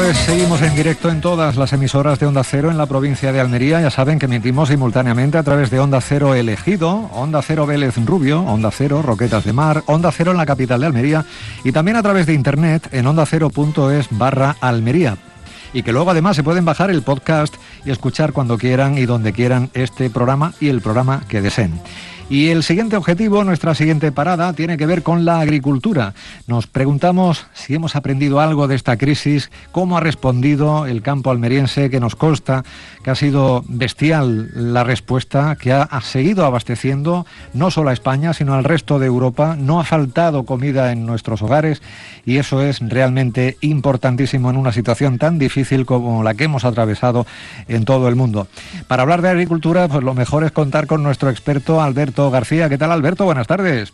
Pues seguimos en directo en todas las emisoras de Onda Cero en la provincia de Almería. Ya saben que emitimos simultáneamente a través de Onda Cero El Ejido, Onda Cero Vélez Rubio, Onda Cero Roquetas de Mar, Onda Cero en la capital de Almería y también a través de internet en ondacero.es/Almería. Y que luego además se pueden bajar el podcast y escuchar cuando quieran y donde quieran este programa y el programa que deseen. Y el siguiente objetivo, nuestra siguiente parada, tiene que ver con la agricultura. Nos preguntamos si hemos aprendido algo de esta crisis, cómo ha respondido el campo almeriense, que nos consta que ha sido bestial la respuesta, que ha seguido abasteciendo no solo a España, sino al resto de Europa. No ha faltado comida en nuestros hogares y eso es realmente importantísimo en una situación tan difícil como la que hemos atravesado en todo el mundo. Para hablar de agricultura, pues lo mejor es contar con nuestro experto Alberto García. ¿Qué tal, Alberto? Buenas tardes.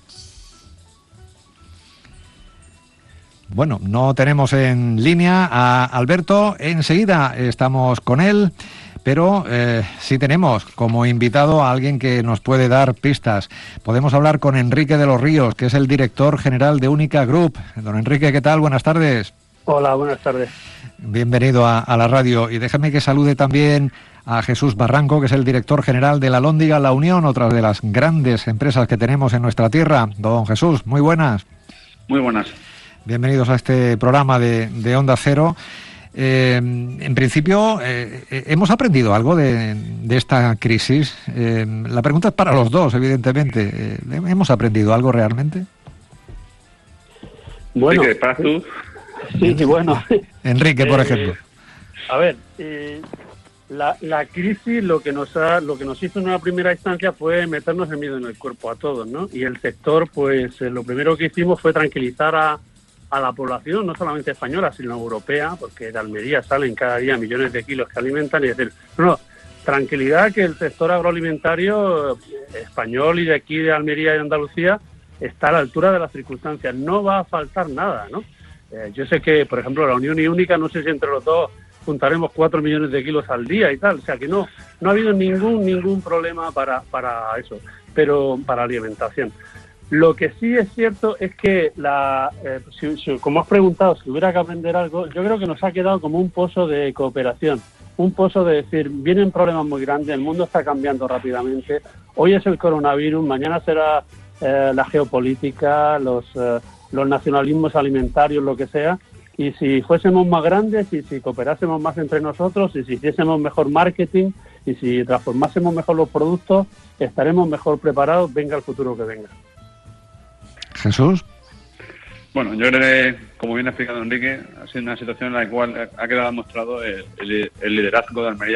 Bueno, no tenemos en línea a Alberto. Enseguida estamos con él, pero sí tenemos como invitado a alguien que nos puede dar pistas. Podemos hablar con Enrique de los Ríos, que es el director general de Única Group. Don Enrique, ¿qué tal? Buenas tardes. Hola, buenas tardes. Bienvenido a la radio. Y déjame que salude también a Jesús Barranco, que es el director general de la Alhóndiga La Unión, otra de las grandes empresas que tenemos en nuestra tierra. Don Jesús, muy buenas. Muy buenas. Bienvenidos a este programa de Onda Cero. En principio, ¿hemos aprendido algo de esta crisis? La pregunta es para los dos, evidentemente. ¿Hemos aprendido algo realmente? Bueno, Enrique, ¿para tú? Sí, bueno. Enrique, por ejemplo. A ver, la crisis lo que nos hizo en una primera instancia fue meternos el miedo en el cuerpo a todos, ¿no? Y el sector, pues lo primero que hicimos fue tranquilizar a la población, no solamente española, sino europea, porque de Almería salen cada día millones de kilos que alimentan, y decir, no, tranquilidad, que el sector agroalimentario español y de aquí de Almería y Andalucía está a la altura de las circunstancias, no va a faltar nada, ¿no? Yo sé que, por ejemplo, la Unión y Única, no sé si entre los dos juntaremos 4 millones de kilos al día y tal, o sea que no ha habido ningún problema para eso, pero para alimentación. Lo que sí es cierto es que, como has preguntado, si hubiera que aprender algo, yo creo que nos ha quedado como un pozo de cooperación, un pozo de decir, vienen problemas muy grandes, el mundo está cambiando rápidamente, hoy es el coronavirus, mañana será la geopolítica, los nacionalismos alimentarios, lo que sea, y si fuésemos más grandes y si cooperásemos más entre nosotros y si hiciésemos mejor marketing y si transformásemos mejor los productos, estaremos mejor preparados, venga el futuro que venga. Jesús. Bueno, yo creo que, como bien ha explicado Enrique, ha sido una situación en la cual ha quedado demostrado el liderazgo de Almería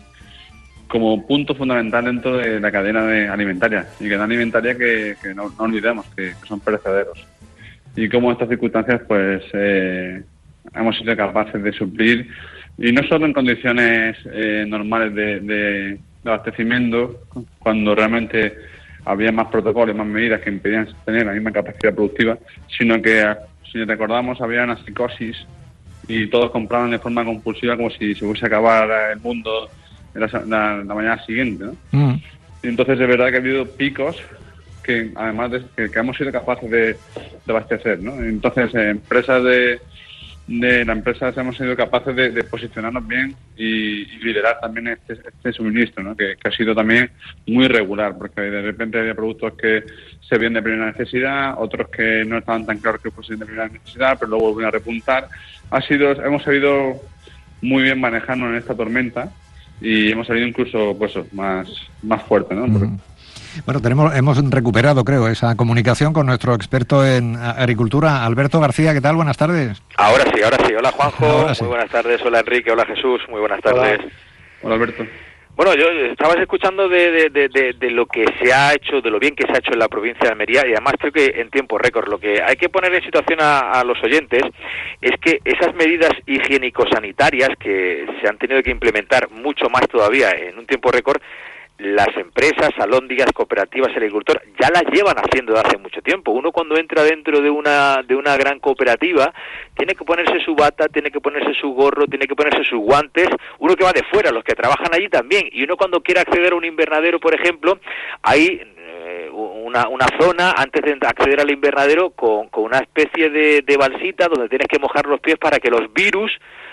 como punto fundamental dentro de la cadena alimentaria, y cadena alimentaria que no olvidemos que son perecederos. Y como en estas circunstancias pues hemos sido capaces de suplir, y no solo en condiciones normales de abastecimiento, cuando realmente había más protocolos, más medidas que impedían tener la misma capacidad productiva, sino que, si recordamos, había una psicosis y todos compraban de forma compulsiva como si se fuese a acabar el mundo la mañana siguiente, ¿no? Y entonces de verdad que ha habido picos que además que hemos sido capaces de abastecer, ¿no? Entonces empresas de las empresas hemos sido capaces de posicionarnos bien y liderar también este suministro, ¿no? Que ha sido también muy irregular, porque de repente había productos que se veían de primera necesidad, otros que no estaban tan claros que fuesen de primera necesidad, pero luego volvieron a repuntar. Hemos sabido muy bien manejarnos en esta tormenta y hemos salido incluso pues más fuerte, ¿no? Bueno, hemos recuperado, creo, esa comunicación con nuestro experto en agricultura, Alberto García. ¿Qué tal? Buenas tardes. Ahora sí. Hola, Juanjo. Muy buenas tardes. Hola, Enrique. Hola, Jesús. Muy buenas tardes. Hola, Alberto. Bueno, yo estabas escuchando de lo que se ha hecho, de lo bien que se ha hecho en la provincia de Almería, y además creo que en tiempo récord. Lo que hay que poner en situación a los oyentes es que esas medidas higiénico-sanitarias que se han tenido que implementar mucho más todavía en un tiempo récord, las empresas, alhóndigas, cooperativas, el agricultor ya las llevan haciendo desde hace mucho tiempo. Uno cuando entra dentro de una gran cooperativa tiene que ponerse su bata, tiene que ponerse su gorro, tiene que ponerse sus guantes, uno que va de fuera, los que trabajan allí también, y uno cuando quiere acceder a un invernadero, por ejemplo, hay una zona antes de acceder al invernadero con una especie de balsita donde tienes que mojar los pies para que los virus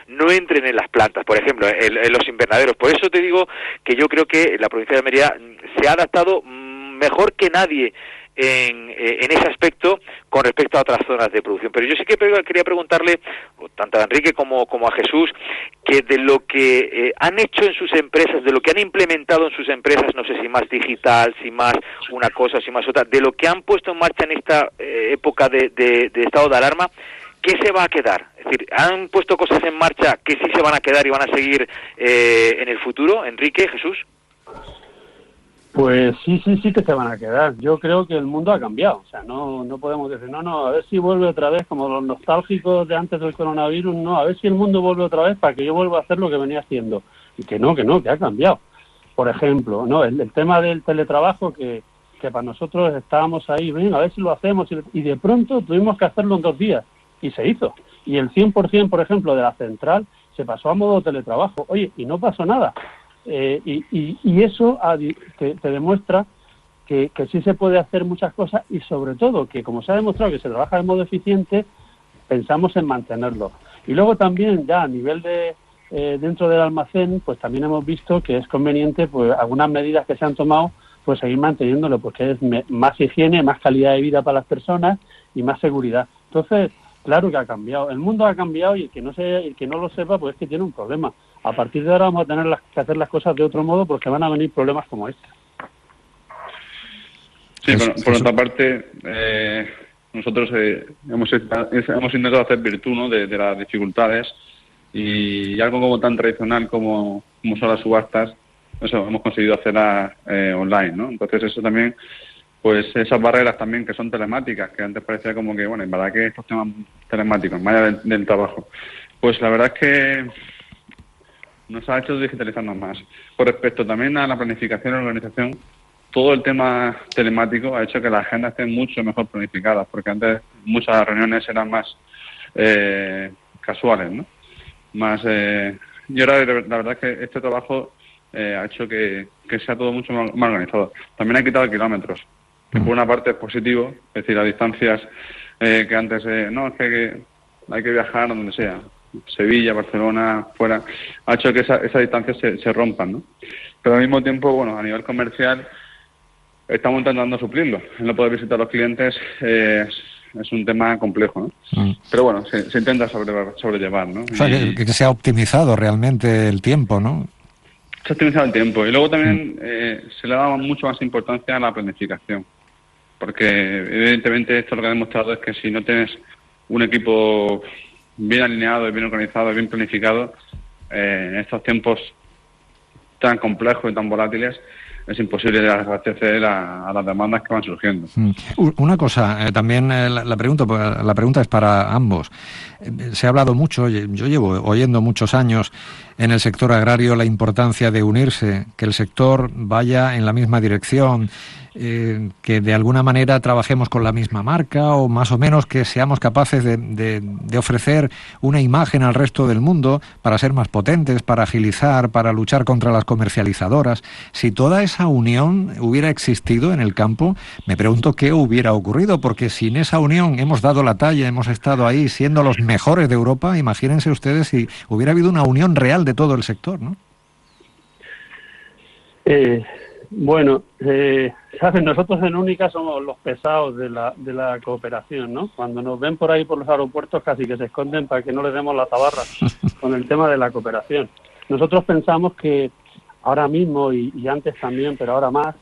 no entren en las plantas, por ejemplo, en los invernaderos. Por eso te digo que yo creo que la provincia de Almería se ha adaptado mejor que nadie en ese aspecto con respecto a otras zonas de producción. Pero yo sí que quería preguntarle tanto a Enrique como a Jesús, que de lo que han hecho en sus empresas, de lo que han implementado en sus empresas, no sé si más digital, si más una cosa, si más otra, de lo que han puesto en marcha en esta época de estado de alarma, ¿qué se va a quedar? Es decir, ¿han puesto cosas en marcha que sí se van a quedar y van a seguir en el futuro? Enrique, Jesús. Pues sí que se van a quedar. Yo creo que el mundo ha cambiado. O sea, no podemos decir, no, a ver si vuelve otra vez, como los nostálgicos de antes del coronavirus, no, a ver si el mundo vuelve otra vez para que yo vuelva a hacer lo que venía haciendo. Y que no, que ha cambiado. Por ejemplo, no, el tema del teletrabajo, que para nosotros estábamos ahí, ven, a ver si lo hacemos, y de pronto tuvimos que hacerlo en 2 días, y se hizo. Y el 100%, por ejemplo, de la central se pasó a modo teletrabajo. Oye, y no pasó nada. Y eso te demuestra que sí se puede hacer muchas cosas, y sobre todo que, como se ha demostrado que se trabaja de modo eficiente, pensamos en mantenerlo. Y luego también, ya a nivel de dentro del almacén, pues también hemos visto que es conveniente, pues algunas medidas que se han tomado, pues seguir manteniéndolo, porque es más higiene, más calidad de vida para las personas y más seguridad. Entonces, claro que ha cambiado. El mundo ha cambiado, y el que no lo sepa, pues es que tiene un problema. A partir de ahora vamos a tener que hacer las cosas de otro modo, porque van a venir problemas como este. Sí, por otra parte, nosotros hemos intentado hacer virtud, ¿no?, de las dificultades, y algo como tan tradicional como son las subastas, eso hemos conseguido hacerlas online, ¿no? Entonces eso también, pues esas barreras también que son telemáticas, que antes parecía como que, bueno, en verdad que estos temas telemáticos, más allá del trabajo, pues la verdad es que nos ha hecho digitalizarnos más. Con respecto también a la planificación y la organización, todo el tema telemático ha hecho que las agendas estén mucho mejor planificadas, porque antes muchas reuniones eran más casuales, ¿no? Más, y ahora la verdad es que este trabajo ha hecho que sea todo mucho más organizado. También ha quitado kilómetros, que por una parte es positivo, es decir, a distancias que antes, no, es que hay que viajar a donde sea, Sevilla, Barcelona, fuera, ha hecho que esas distancias se rompan, ¿no? Pero al mismo tiempo, bueno, a nivel comercial estamos intentando suplirlo. El no poder visitar a los clientes es un tema complejo, ¿no? Pero bueno, se intenta sobrellevar, ¿no? O sea, que se ha optimizado realmente el tiempo, ¿no? Se ha optimizado el tiempo. Y luego también se le ha dado mucho más importancia a la planificación. Porque evidentemente esto lo que ha demostrado es que si no tienes un equipo bien alineado, bien organizado, bien planificado, en estos tiempos tan complejos y tan volátiles, es imposible abastecer a las demandas que van surgiendo. Una cosa, también la pregunta es para ambos. Se ha hablado mucho, yo llevo oyendo muchos años en el sector agrario la importancia de unirse, que el sector vaya en la misma dirección, que de alguna manera trabajemos con la misma marca, o más o menos que seamos capaces de ofrecer una imagen al resto del mundo para ser más potentes, para agilizar, para luchar contra las comercializadoras. Si toda esa unión hubiera existido en el campo, me pregunto qué hubiera ocurrido, porque sin esa unión hemos dado la talla, hemos estado ahí siendo los mejores de Europa. Imagínense ustedes si hubiera habido una unión real de todo el sector, ¿no? Bueno, ¿sabes? Nosotros en Única somos los pesados de la cooperación, ¿no? Cuando nos ven por ahí por los aeropuertos casi que se esconden para que no les demos la tabarra con el tema de la cooperación. Nosotros pensamos que ahora mismo, y antes también, pero ahora más,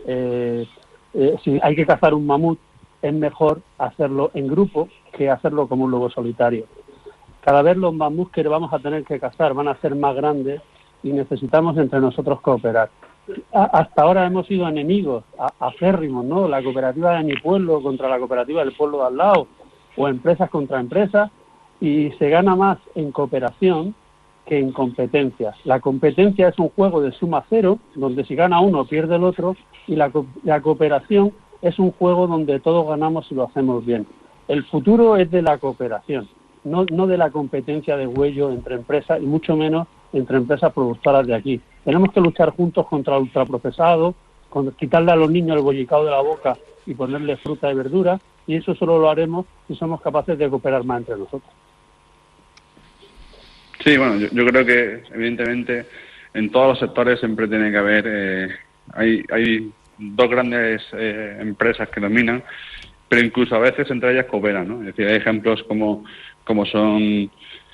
si hay que cazar un mamut, es mejor hacerlo en grupo que hacerlo como un lobo solitario. Cada vez los mamuts que vamos a tener que cazar van a ser más grandes y necesitamos entre nosotros cooperar. Hasta ahora hemos sido enemigos acérrimos, ¿no? La cooperativa de mi pueblo contra la cooperativa del pueblo de al lado, o empresas contra empresas, y se gana más en cooperación que en competencias. La competencia es un juego de suma cero, donde si gana uno pierde el otro, y la cooperación es un juego donde todos ganamos si lo hacemos bien. El futuro es de la cooperación, no de la competencia de huello entre empresas, y mucho menos entre empresas productoras de aquí. Tenemos que luchar juntos contra el ultraprocesado, quitarle a los niños el bollicao de la boca y ponerle fruta y verdura, y eso solo lo haremos si somos capaces de cooperar más entre nosotros. Sí, bueno, yo creo que evidentemente en todos los sectores siempre tiene que haber, hay dos grandes empresas que dominan, pero incluso a veces entre ellas cooperan, ¿no? Es decir, hay ejemplos como son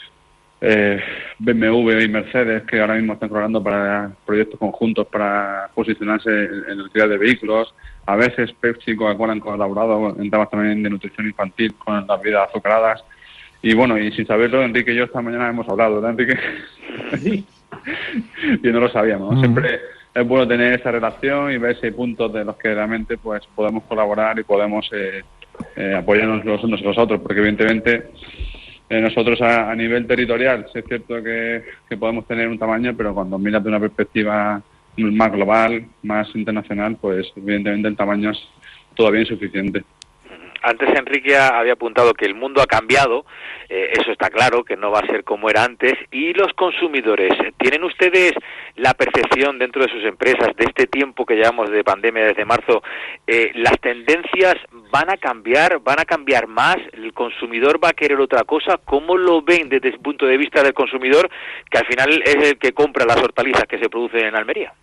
BMW y Mercedes, que ahora mismo están colaborando para proyectos conjuntos para posicionarse en el alquiler de vehículos. A veces Pepsi y Coca-Cola han colaborado en temas también de nutrición infantil con las bebidas azucaradas. Y bueno, y sin saberlo, Enrique y yo esta mañana hemos hablado, ¿verdad, Enrique? Sí. Y no lo sabíamos, ¿no? Siempre es bueno tener esa relación y ver si hay puntos de los que realmente pues podemos colaborar y podemos apoyarnos los unos a los otros, porque evidentemente nosotros a nivel territorial sí es cierto que podemos tener un tamaño, pero cuando miras de una perspectiva más global, más internacional, pues evidentemente el tamaño es todavía insuficiente. Antes Enrique había apuntado que el mundo ha cambiado, eso está claro, que no va a ser como era antes. ¿Y los consumidores? ¿Tienen ustedes la percepción dentro de sus empresas de este tiempo que llevamos de pandemia desde marzo? ¿Las tendencias van a cambiar más? ¿El consumidor va a querer otra cosa? ¿Cómo lo ven desde el punto de vista del consumidor, que al final es el que compra las hortalizas que se producen en Almería?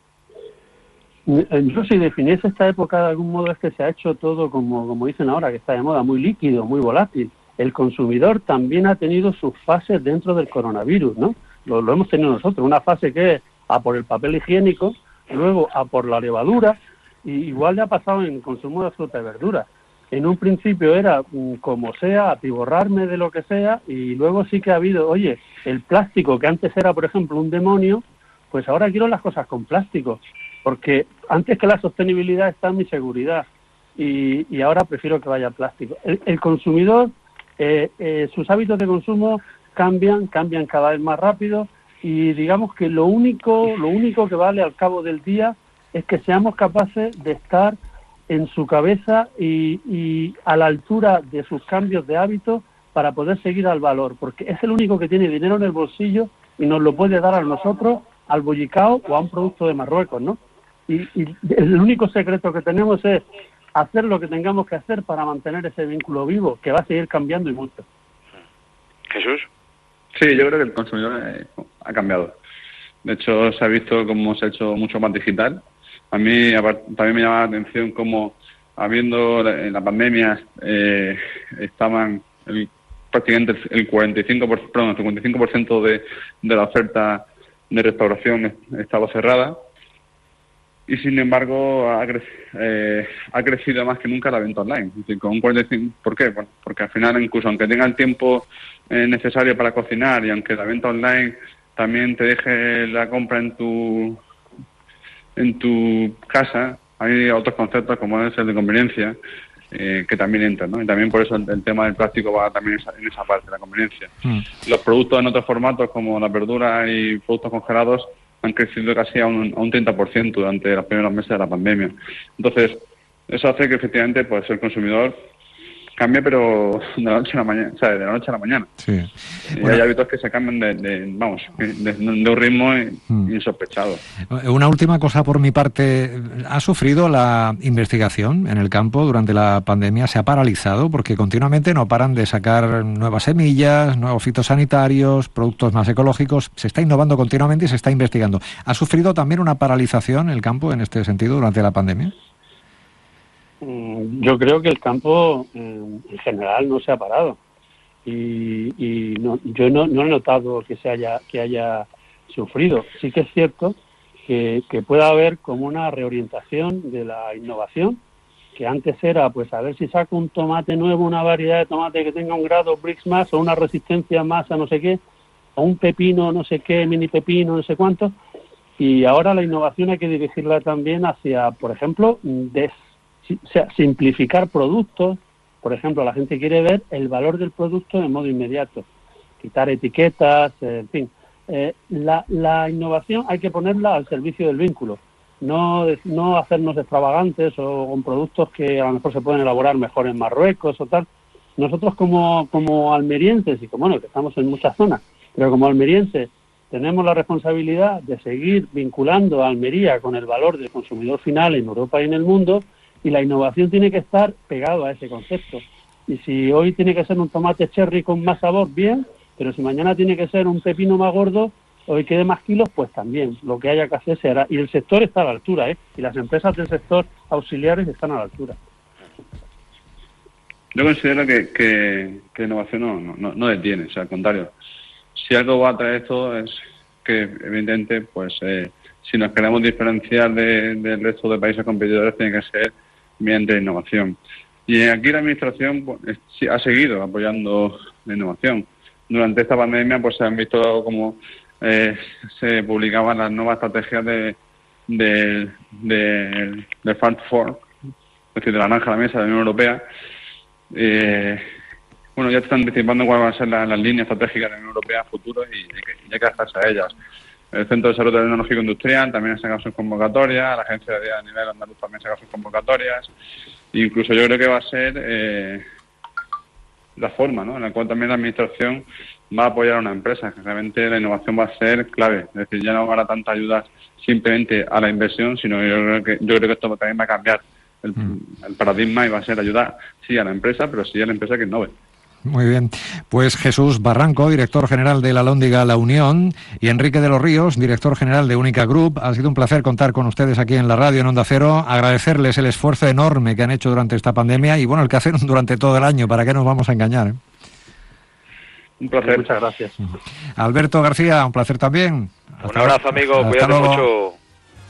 Yo si definiese esta época de algún modo es que se ha hecho todo, como dicen ahora, que está de moda, muy líquido, muy volátil. El consumidor también ha tenido sus fases dentro del coronavirus, ¿no? Lo hemos tenido nosotros, una fase que es a por el papel higiénico, luego a por la levadura, y igual le ha pasado en el consumo de fruta y verdura. En un principio era como sea, atiborrarme de lo que sea, y luego sí que ha habido, oye, el plástico que antes era, por ejemplo, un demonio, pues ahora quiero las cosas con plástico. Porque antes que la sostenibilidad está mi seguridad y ahora prefiero que vaya plástico. El consumidor, sus hábitos de consumo cambian cada vez más rápido y digamos que lo único que vale al cabo del día es que seamos capaces de estar en su cabeza y a la altura de sus cambios de hábitos para poder seguir al valor, porque es el único que tiene dinero en el bolsillo y nos lo puede dar a nosotros, al bollicao o a un producto de Marruecos, ¿no? Y el único secreto que tenemos es hacer lo que tengamos que hacer para mantener ese vínculo vivo, que va a seguir cambiando y mucho. ¿Jesús? Sí, yo creo que el consumidor ha cambiado. De hecho, se ha visto cómo se ha hecho mucho más digital. A mí también me llama la atención cómo, habiendo en la pandemia, estaban prácticamente el 55% de la oferta de restauración estaba cerrada. Y sin embargo ha crecido más que nunca la venta online. Es decir, con un 45%. ¿Por qué? Bueno, porque al final, incluso aunque tenga el tiempo necesario para cocinar y aunque la venta online también te deje la compra en tu casa, hay otros conceptos como es el de conveniencia que también entran, ¿no? Y también por eso el tema del plástico va también en esa parte, la conveniencia. Los productos en otros formatos como las verduras y productos congelados han crecido casi a un 30% durante los primeros meses de la pandemia. Entonces, eso hace que efectivamente pues el consumidor cambie, pero de la noche a la mañana, o sea, de la noche a la mañana. Sí. Y hay hábitos que se cambian de un ritmo insospechado. Una última cosa por mi parte. ¿Ha sufrido la investigación en el campo durante la pandemia? ¿Se ha paralizado? Porque continuamente no paran de sacar nuevas semillas, nuevos fitosanitarios, productos más ecológicos. Se está innovando continuamente y se está investigando. ¿Ha sufrido también una paralización el campo en este sentido durante la pandemia? Yo creo que el campo en general no se ha parado y yo no he notado que haya sufrido. Sí que es cierto que pueda haber como una reorientación de la innovación, que antes era pues a ver si saco un tomate nuevo, una variedad de tomate que tenga un grado Brix más o una resistencia más a no sé qué, o un pepino no sé qué, mini pepino no sé cuánto, y ahora la innovación hay que dirigirla también hacia, por ejemplo, simplificar productos. Por ejemplo, la gente quiere ver el valor del producto de modo inmediato, quitar etiquetas, en fin. La innovación hay que ponerla al servicio del vínculo, no hacernos extravagantes o con productos que a lo mejor se pueden elaborar mejor en Marruecos o tal. Nosotros como almerienses, y como que estamos en muchas zonas, pero como almerienses tenemos la responsabilidad de seguir vinculando a Almería con el valor del consumidor final en Europa y en el mundo. Y la innovación tiene que estar pegado a ese concepto. Y si hoy tiene que ser un tomate cherry con más sabor, bien, pero si mañana tiene que ser un pepino más gordo o que quede más kilos, pues también lo que haya que hacer se hará. Y el sector está a la altura, y las empresas del sector auxiliares están a la altura. Yo considero que innovación no detiene, o sea, al contrario. Si algo va a traer esto es que, evidentemente, pues si nos queremos diferenciar del resto de países competidores, tiene que ser mediante innovación. Y aquí la Administración pues, ha seguido apoyando la innovación. Durante esta pandemia pues se han visto como se publicaban las nuevas estrategias de Farm to Fork, es decir, de la granja a la mesa de la Unión Europea. Bueno, ya están anticipando cuáles van a ser las líneas estratégicas de la Unión Europea a futuro y hay que adaptarse a ellas. El Centro de Desarrollo Tecnológico Industrial también ha sacado sus convocatorias, la Agencia de a nivel andaluz también ha sacado sus convocatorias. Incluso yo creo que va a ser la forma, ¿no?, en la cual también la Administración va a apoyar a una empresa, que realmente la innovación va a ser clave. Es decir, ya no habrá tanta ayuda simplemente a la inversión, sino yo creo que esto también va a cambiar el paradigma y va a ser ayudar, sí, a la empresa, pero sí a la empresa que innove. Muy bien. Pues Jesús Barranco, director general de la Alhóndiga La Unión, y Enrique de los Ríos, director general de Única Group. Ha sido un placer contar con ustedes aquí en la radio, en Onda Cero. Agradecerles el esfuerzo enorme que han hecho durante esta pandemia y, bueno, el que hacen durante todo el año. ¿Para qué nos vamos a engañar? Un placer. Muchas gracias. Alberto García, un placer también. Un abrazo, amigo. Cuídate mucho.